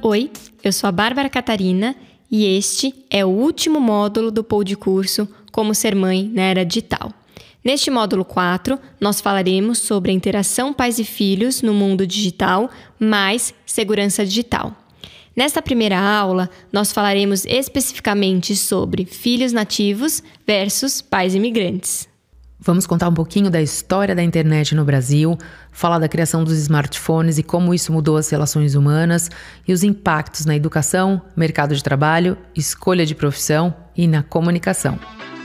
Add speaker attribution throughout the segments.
Speaker 1: Oi, eu sou a Bárbara Catarina e este é o último módulo do Podcurso Como Ser Mãe na Era Digital. Neste módulo 4, nós falaremos sobre a interação pais e filhos no mundo digital, mais segurança digital. Nesta primeira aula, nós falaremos especificamente sobre filhos nativos versus pais imigrantes.
Speaker 2: Vamos contar um pouquinho da história da internet no Brasil, falar da criação dos smartphones e como isso mudou as relações humanas e os impactos na educação, mercado de trabalho, escolha de profissão e na comunicação.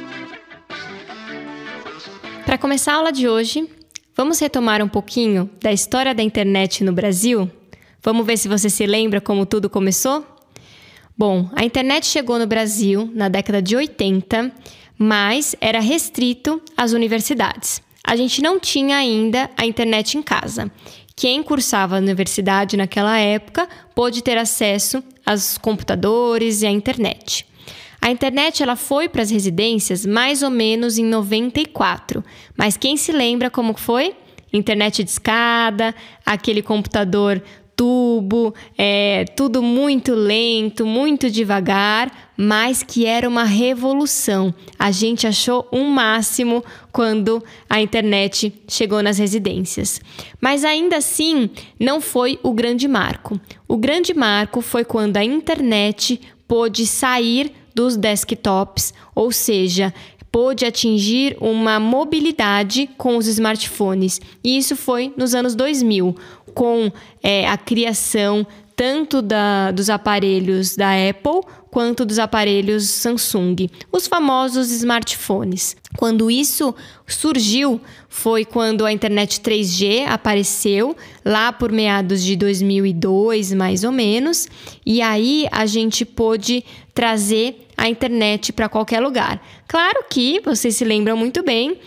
Speaker 1: Para começar a aula de hoje, vamos retomar um pouquinho da história da internet no Brasil? Vamos ver se você se lembra como tudo começou? Bom, a internet chegou no Brasil na década de 80, mas era restrito às universidades. A gente não tinha ainda a internet em casa. Quem cursava na universidade naquela época pôde ter acesso aos computadores e à internet. A internet ela foi para as residências mais ou menos em 94, mas quem se lembra como foi? Internet de escada, aquele computador tubo, tudo muito lento, muito devagar, mas que era uma revolução. A gente achou um máximo quando a internet chegou nas residências. Mas ainda assim, não foi o grande marco. O grande marco foi quando a internet pôde sair dos desktops, ou seja, pôde atingir uma mobilidade com os smartphones. E isso foi nos anos 2000, com a criação tanto dos aparelhos da Apple quanto dos aparelhos Samsung, os famosos smartphones. Quando isso surgiu, foi quando a internet 3G apareceu, lá por meados de 2002, mais ou menos, e aí a gente pôde trazer a internet para qualquer lugar. Claro que vocês se lembram muito bem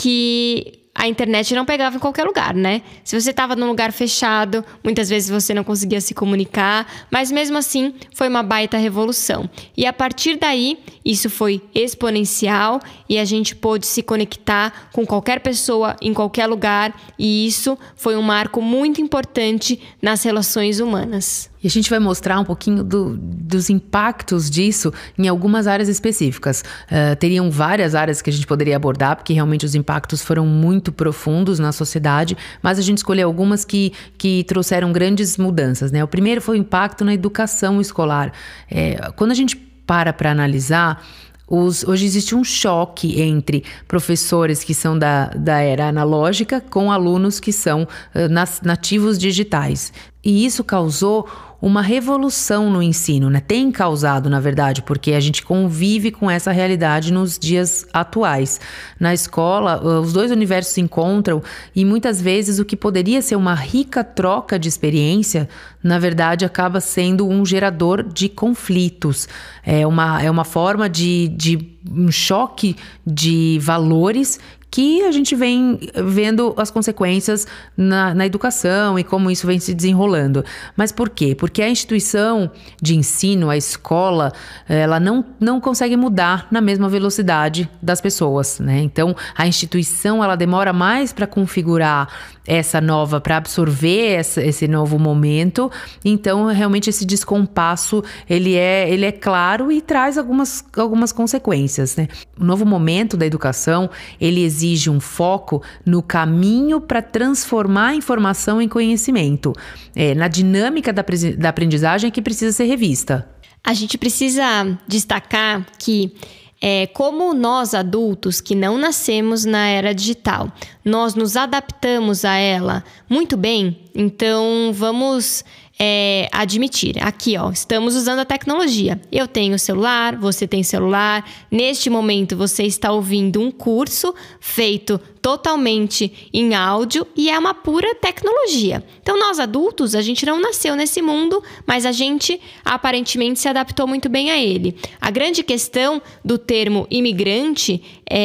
Speaker 1: que a internet não pegava em qualquer lugar, né? Se você estava num lugar fechado, muitas vezes você não conseguia se comunicar, mas mesmo assim foi uma baita revolução. E a partir daí, isso foi exponencial e a gente pôde se conectar com qualquer pessoa em qualquer lugar, e isso foi um marco muito importante nas relações humanas.
Speaker 2: E a gente vai mostrar um pouquinho dos impactos disso em algumas áreas específicas. Teriam várias áreas que a gente poderia abordar, porque realmente os impactos foram muito profundos na sociedade, mas a gente escolheu algumas que trouxeram grandes mudanças, né? O primeiro foi o impacto na educação escolar. Quando a gente para analisar, hoje existe um choque entre professores que são da era analógica com alunos que são nativos digitais. E isso causou uma revolução no ensino, né? Tem causado, na verdade, porque a gente convive com essa realidade nos dias atuais. Na escola, os dois universos se encontram e muitas vezes o que poderia ser uma rica troca de experiência, na verdade, acaba sendo um gerador de conflitos. É uma forma de um choque de valores que a gente vem vendo as consequências na educação e como isso vem se desenrolando. Mas por quê? Porque a instituição de ensino, a escola, ela não consegue mudar na mesma velocidade das pessoas, né? Então, a instituição, ela demora mais para configurar para absorver esse novo momento. Então, realmente, esse descompasso, ele é claro e traz algumas consequências, né? O novo momento da educação, ele exige um foco no caminho para transformar a informação em conhecimento, na dinâmica da aprendizagem que precisa ser revista.
Speaker 1: A gente precisa destacar que como nós adultos que não nascemos na era digital, nós nos adaptamos a ela muito bem, então vamos admitir. Aqui, estamos usando a tecnologia. Eu tenho celular, você tem celular. Neste momento, você está ouvindo um curso feito totalmente em áudio e é uma pura tecnologia. Então, nós adultos, a gente não nasceu nesse mundo, mas a gente aparentemente se adaptou muito bem a ele. A grande questão do termo imigrante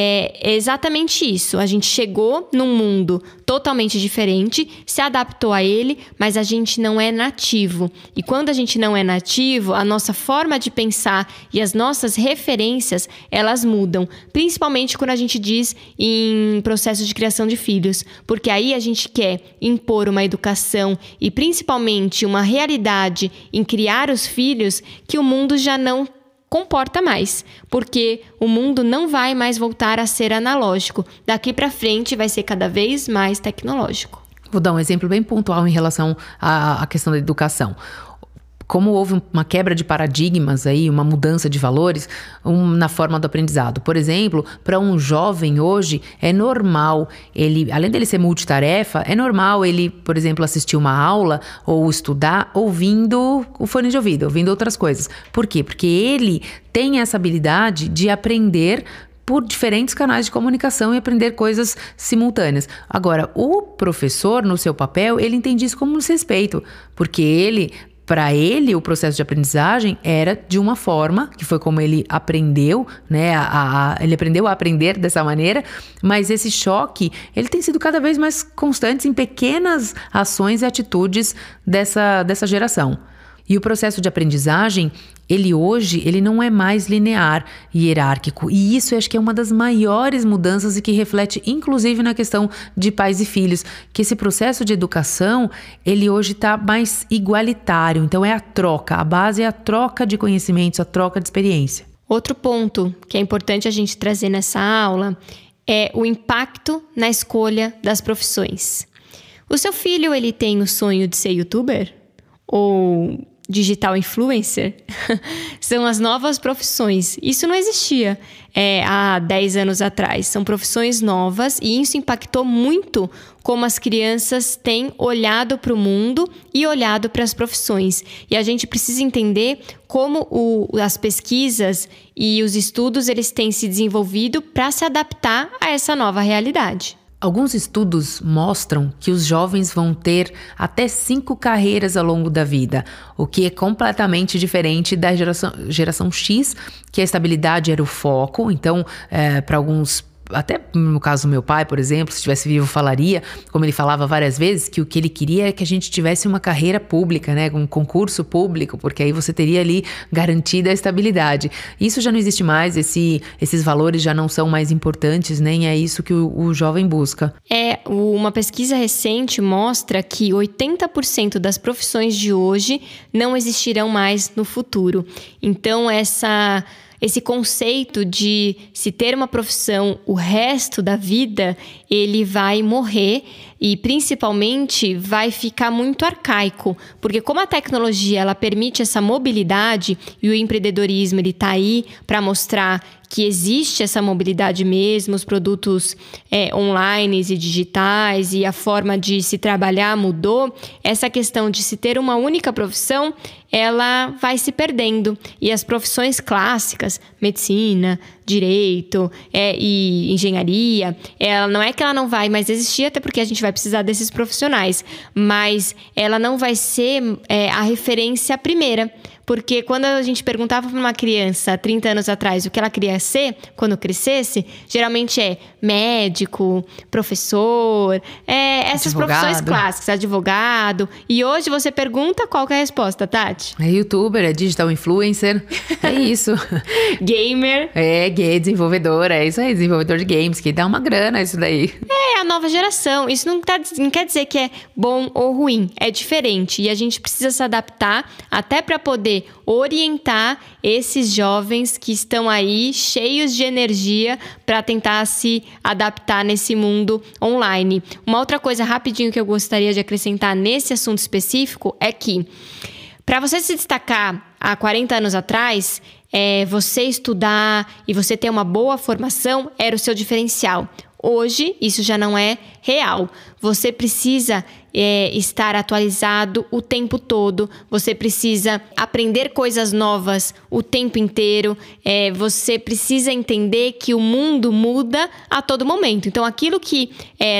Speaker 1: é exatamente isso. A gente chegou num mundo totalmente diferente, se adaptou a ele, mas a gente não é nativo. nativo. E quando a gente não é nativo, a nossa forma de pensar e as nossas referências, elas mudam. Principalmente quando a gente diz em processo de criação de filhos. Porque aí a gente quer impor uma educação e principalmente uma realidade em criar os filhos que o mundo já não comporta mais, porque o mundo não vai mais voltar a ser analógico. Daqui para frente vai ser cada vez mais tecnológico.
Speaker 2: Vou dar um exemplo bem pontual em relação à questão da educação. Como houve uma quebra de paradigmas aí, uma mudança de valores na forma do aprendizado. Por exemplo, para um jovem hoje, é normal ele, além dele ser multitarefa, é normal ele, por exemplo, assistir uma aula ou estudar ouvindo o fone de ouvido, ouvindo outras coisas. Por quê? Porque ele tem essa habilidade de aprender por diferentes canais de comunicação e aprender coisas simultâneas. Agora, o professor, no seu papel, ele entende isso como um desrespeito, porque para ele, o processo de aprendizagem era de uma forma, que foi como ele aprendeu, né? Ele aprendeu a aprender dessa maneira, mas esse choque, ele tem sido cada vez mais constante em pequenas ações e atitudes dessa geração. E o processo de aprendizagem, ele não é mais linear e hierárquico. E isso eu acho que é uma das maiores mudanças e que reflete inclusive na questão de pais e filhos, que esse processo de educação, ele hoje está mais igualitário. Então é a troca, a base é a troca de conhecimentos, a troca de experiência.
Speaker 1: Outro ponto que é importante a gente trazer nessa aula é o impacto na escolha das profissões. O seu filho, ele tem o sonho de ser youtuber? Ou digital influencer? São as novas profissões. Isso não existia há 10 anos atrás. São profissões novas e isso impactou muito como as crianças têm olhado para o mundo e olhado para as profissões. E a gente precisa entender como as pesquisas e os estudos eles têm se desenvolvido para se adaptar a essa nova realidade.
Speaker 2: Alguns estudos mostram que os jovens vão ter até 5 carreiras ao longo da vida, o que é completamente diferente da geração X, que a estabilidade era o foco. Então, para alguns, até no caso do meu pai, por exemplo, se estivesse vivo, falaria, como ele falava várias vezes, que o que ele queria é que a gente tivesse uma carreira pública, né, um concurso público, porque aí você teria ali garantida a estabilidade. Isso já não existe mais, esses valores já não são mais importantes, nem é isso que o jovem busca.
Speaker 1: Uma pesquisa recente mostra que 80% das profissões de hoje não existirão mais no futuro. Então, esse conceito de se ter uma profissão o resto da vida, ele vai morrer e principalmente vai ficar muito arcaico, porque como a tecnologia ela permite essa mobilidade e o empreendedorismo ele está aí para mostrar que existe essa mobilidade mesmo, os produtos online e digitais e a forma de se trabalhar mudou, essa questão de se ter uma única profissão, ela vai se perdendo. E as profissões clássicas, medicina, direito e engenharia, não é que ela não vai mais existir, até porque a gente vai precisar desses profissionais, mas ela não vai ser a referência primeira. Porque quando a gente perguntava para uma criança, 30 anos atrás, o que ela queria ser quando crescesse, geralmente é médico, professor, essas profissões clássicas, advogado. E hoje você pergunta, qual que é a resposta, Tati?
Speaker 2: É youtuber, é digital influencer, é isso.
Speaker 1: Gamer.
Speaker 2: Desenvolvedor, é isso aí, desenvolvedor de games, que dá uma grana isso daí.
Speaker 1: É a nova geração, isso não quer dizer que é bom ou ruim, é diferente. E a gente precisa se adaptar até para poder orientar esses jovens que estão aí cheios de energia para tentar se adaptar nesse mundo online. Uma outra coisa rapidinho que eu gostaria de acrescentar nesse assunto específico é que para você se destacar há 40 anos atrás, você estudar e você ter uma boa formação era o seu diferencial. Hoje, isso já não é real. Você precisa estar atualizado o tempo todo. Você precisa aprender coisas novas o tempo inteiro. Você precisa entender que o mundo muda a todo momento. Então, aquilo que era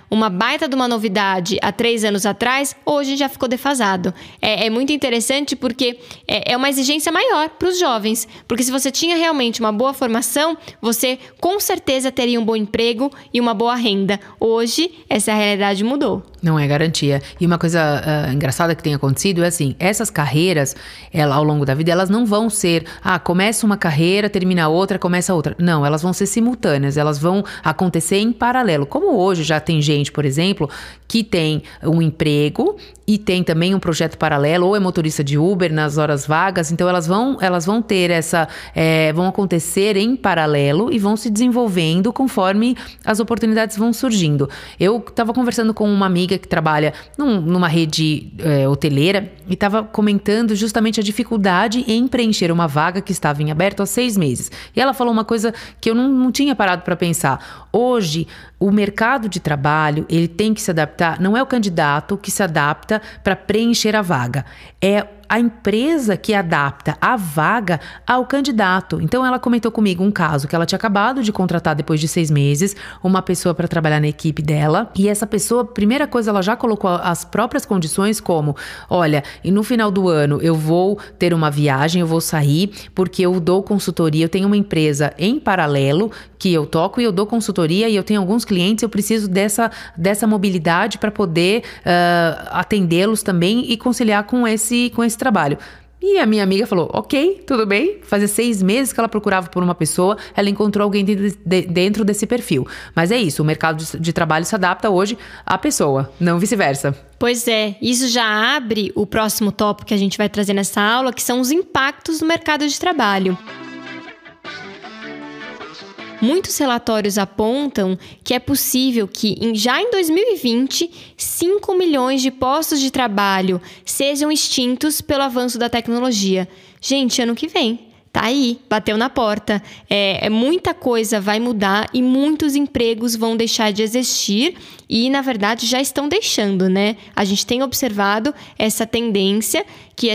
Speaker 1: uma baita de uma novidade há 3 anos atrás, hoje já ficou defasado. É muito interessante porque é uma exigência maior para os jovens. Porque se você tinha realmente uma boa formação, você com certeza teria um bom emprego e uma boa renda. Hoje, essa realidade mudou.
Speaker 2: Não é garantia. E uma coisa engraçada que tem acontecido é assim, essas carreiras, ao longo da vida, elas não vão ser, começa uma carreira, termina outra, começa outra. Não, elas vão ser simultâneas, elas vão acontecer em paralelo. Como hoje já tem gente, por exemplo, que tem um emprego e tem também um projeto paralelo, ou é motorista de Uber nas horas vagas, então elas vão ter vão acontecer em paralelo e vão se desenvolvendo conforme as oportunidades vão surgindo. Eu estava conversando com uma amiga que trabalha numa rede hoteleira e estava comentando justamente a dificuldade em preencher uma vaga que estava em aberto há 6 meses. E ela falou uma coisa que eu não tinha parado para pensar. Hoje, o mercado de trabalho, ele tem que se adaptar, não é o candidato que se adapta para preencher a vaga, é a empresa que adapta a vaga ao candidato. Então ela comentou comigo um caso que ela tinha acabado de contratar depois de 6 meses, uma pessoa para trabalhar na equipe dela, e essa pessoa, primeira coisa, ela já colocou as próprias condições como, olha, e no final do ano eu vou ter uma viagem, eu vou sair, porque eu dou consultoria, eu tenho uma empresa em paralelo que eu toco e eu dou consultoria e eu tenho alguns clientes, eu preciso dessa mobilidade para poder atendê-los também e conciliar com esse trabalho. E a minha amiga falou, ok, tudo bem. Fazia 6 meses que ela procurava por uma pessoa, ela encontrou alguém dentro desse perfil. Mas é isso, o mercado de trabalho se adapta hoje à pessoa, não vice-versa.
Speaker 1: Pois é, isso já abre o próximo tópico que a gente vai trazer nessa aula, que são os impactos no mercado de trabalho. Muitos relatórios apontam que é possível que, já em 2020, 5 milhões de postos de trabalho sejam extintos pelo avanço da tecnologia. Gente, ano que vem, tá aí, bateu na porta. Muita coisa vai mudar e muitos empregos vão deixar de existir e, na verdade, já estão deixando, né? A gente tem observado essa tendência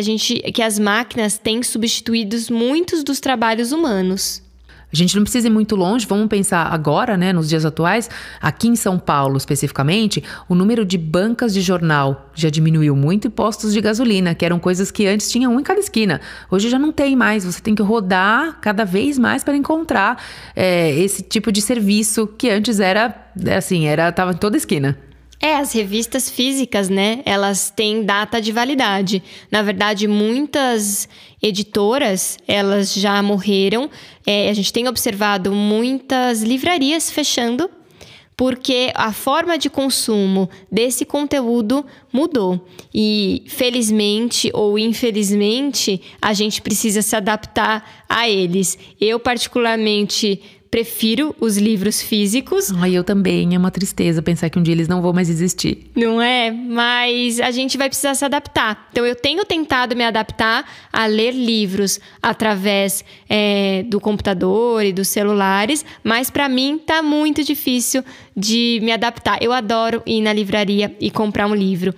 Speaker 1: que as máquinas têm substituído muitos dos trabalhos humanos.
Speaker 2: A gente não precisa ir muito longe, vamos pensar agora, né, nos dias atuais, aqui em São Paulo especificamente, o número de bancas de jornal já diminuiu muito e postos de gasolina, que eram coisas que antes tinha um em cada esquina. Hoje já não tem mais, você tem que rodar cada vez mais para encontrar esse tipo de serviço que antes estava em toda esquina.
Speaker 1: As revistas físicas, né, elas têm data de validade. Na verdade, muitas editoras, elas já morreram. A gente tem observado muitas livrarias fechando, porque a forma de consumo desse conteúdo mudou. E, felizmente ou infelizmente, a gente precisa se adaptar a eles. Eu, particularmente, prefiro os livros físicos.
Speaker 2: Eu também. É uma tristeza pensar que um dia eles não vão mais existir.
Speaker 1: Não é? Mas a gente vai precisar se adaptar. Então, eu tenho tentado me adaptar a ler livros através do computador e dos celulares, mas para mim tá muito difícil de me adaptar. Eu adoro ir na livraria e comprar um livro.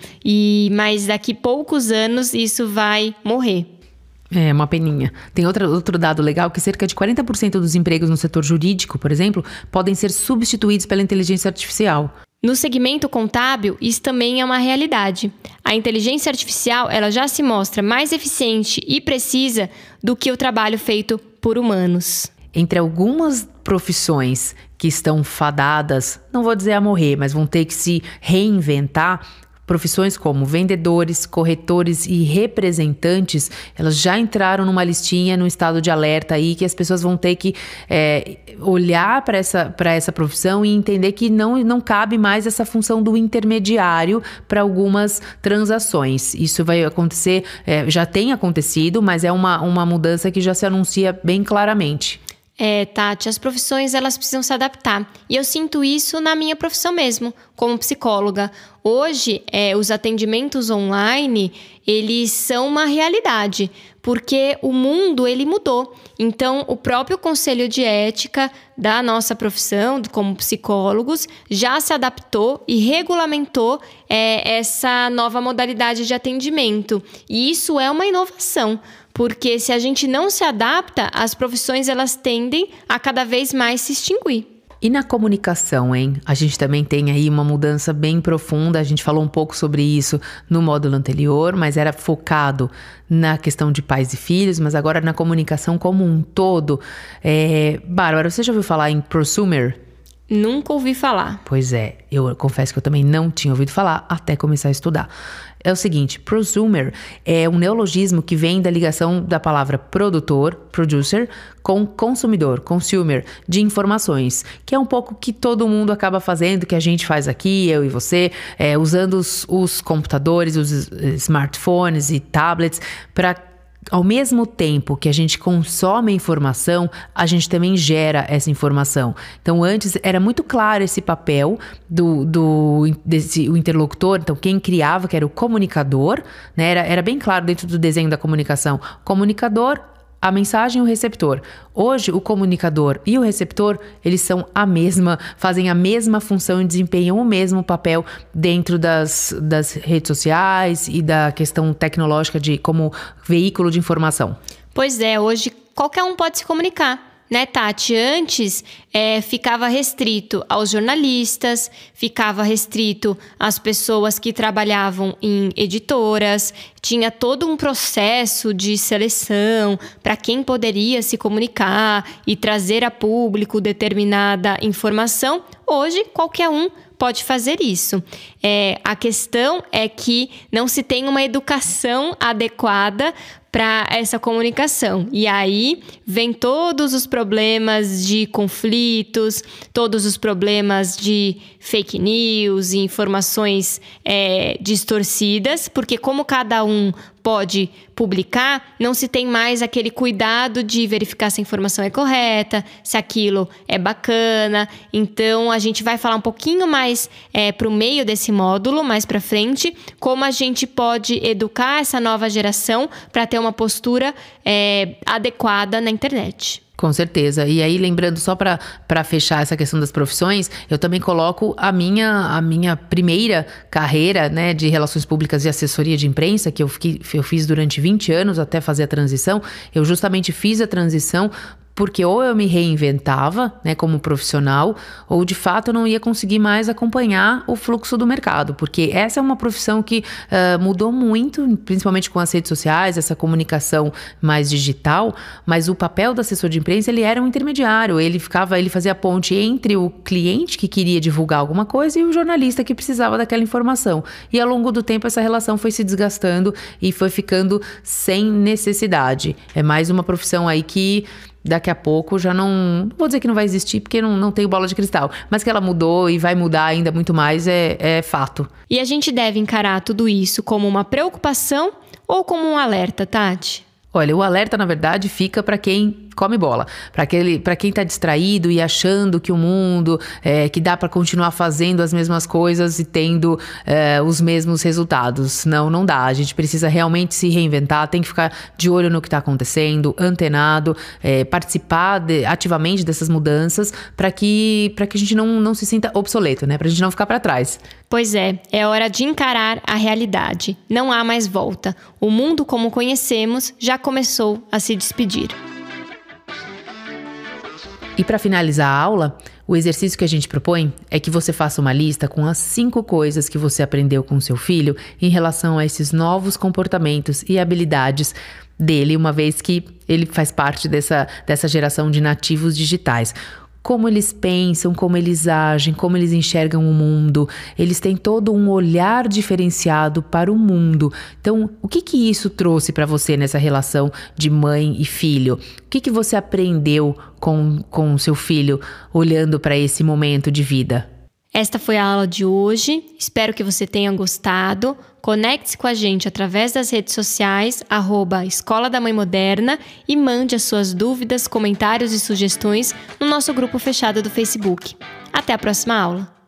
Speaker 1: Mas daqui poucos anos isso vai morrer.
Speaker 2: É uma peninha. Tem outro dado legal que cerca de 40% dos empregos no setor jurídico, por exemplo, podem ser substituídos pela inteligência artificial.
Speaker 1: No segmento contábil, isso também é uma realidade. A inteligência artificial, ela já se mostra mais eficiente e precisa do que o trabalho feito por humanos.
Speaker 2: Entre algumas profissões que estão fadadas, não vou dizer a morrer, mas vão ter que se reinventar, profissões como vendedores, corretores e representantes, elas já entraram numa listinha, num estado de alerta aí, que as pessoas vão ter que olhar para essa profissão e entender que não cabe mais essa função do intermediário para algumas transações. Isso vai acontecer, já tem acontecido, mas é uma mudança que já se anuncia bem claramente.
Speaker 1: Tati, as profissões elas precisam se adaptar. E eu sinto isso na minha profissão mesmo, como psicóloga. Hoje, os atendimentos online, eles são uma realidade, porque o mundo, ele mudou. Então, o próprio Conselho de Ética da nossa profissão, como psicólogos, já se adaptou e regulamentou essa nova modalidade de atendimento. E isso é uma inovação. Porque se a gente não se adapta, as profissões elas tendem a cada vez mais se extinguir.
Speaker 2: E na comunicação, hein? A gente também tem aí uma mudança bem profunda. A gente falou um pouco sobre isso no módulo anterior, mas era focado na questão de pais e filhos, mas agora na comunicação como um todo. Bárbara, você já ouviu falar em prosumer?
Speaker 1: Nunca ouvi falar.
Speaker 2: Pois é, eu confesso que eu também não tinha ouvido falar até começar a estudar. É o seguinte, prosumer é um neologismo que vem da ligação da palavra produtor, producer, com consumidor, consumer, de informações, que é um pouco que todo mundo acaba fazendo, que a gente faz aqui, eu e você, usando os computadores, os smartphones e tablets para... Ao mesmo tempo que a gente consome a informação, a gente também gera essa informação. Então, antes era muito claro esse papel o interlocutor. Então, quem criava, que era o comunicador, né? Era bem claro dentro do desenho da comunicação. Comunicador, a mensagem e o receptor. Hoje, o comunicador e o receptor, eles são fazem a mesma função e desempenham o mesmo papel dentro das redes sociais e da questão tecnológica como veículo de informação.
Speaker 1: Pois é, hoje qualquer um pode se comunicar. Né, Tati? Antes ficava restrito aos jornalistas, ficava restrito às pessoas que trabalhavam em editoras, tinha todo um processo de seleção para quem poderia se comunicar e trazer a público determinada informação. Hoje, qualquer um pode fazer isso. A questão é que não se tem uma educação adequada para essa comunicação. E aí vem todos os problemas de conflitos, todos os problemas de fake news e informações distorcidas, porque como cada um pode publicar, não se tem mais aquele cuidado de verificar se a informação é correta, se aquilo é bacana. Então, a gente vai falar um pouquinho mais para o meio desse módulo, mais para frente, como a gente pode educar essa nova geração para ter uma postura adequada na internet.
Speaker 2: Com certeza. E aí, lembrando, só para fechar essa questão das profissões, eu também coloco a minha primeira carreira, né, de relações públicas e assessoria de imprensa, que eu fiz durante 20 anos até fazer a transição. Eu justamente fiz a transição porque ou eu me reinventava, né, como profissional, ou de fato eu não ia conseguir mais acompanhar o fluxo do mercado, porque essa é uma profissão que mudou muito, principalmente com as redes sociais, essa comunicação mais digital, mas o papel do assessor de imprensa, ele era um intermediário, ele fazia a ponte entre o cliente que queria divulgar alguma coisa e o jornalista que precisava daquela informação. E ao longo do tempo essa relação foi se desgastando e foi ficando sem necessidade. É mais uma profissão aí que daqui a pouco já não vou dizer que não vai existir, porque não tenho bola de cristal, mas que ela mudou e vai mudar ainda muito mais é fato.
Speaker 1: E a gente deve encarar tudo isso como uma preocupação ou como um alerta, Tati?
Speaker 2: Olha, o alerta, na verdade, fica para quem come bola, para quem tá distraído e achando que o mundo, que dá para continuar fazendo as mesmas coisas e tendo os mesmos resultados. Não dá. A gente precisa realmente se reinventar, tem que ficar de olho no que está acontecendo, antenado, participar ativamente dessas mudanças para que a gente não se sinta obsoleto, né? Para a gente não ficar para trás.
Speaker 1: Pois é hora de encarar a realidade. Não há mais volta. O mundo como conhecemos já começou a se despedir.
Speaker 2: E para finalizar a aula, o exercício que a gente propõe é que você faça uma lista com as 5 coisas que você aprendeu com seu filho em relação a esses novos comportamentos e habilidades dele, uma vez que ele faz parte dessa geração de nativos digitais. Como eles pensam, como eles agem, como eles enxergam o mundo. Eles têm todo um olhar diferenciado para o mundo. Então, o que isso trouxe para você nessa relação de mãe e filho? O que você aprendeu com o seu filho olhando para esse momento de vida?
Speaker 1: Esta foi a aula de hoje. Espero que você tenha gostado. Conecte-se com a gente através das redes sociais, @Escola da Mãe Moderna, e mande as suas dúvidas, comentários e sugestões no nosso grupo fechado do Facebook. Até a próxima aula!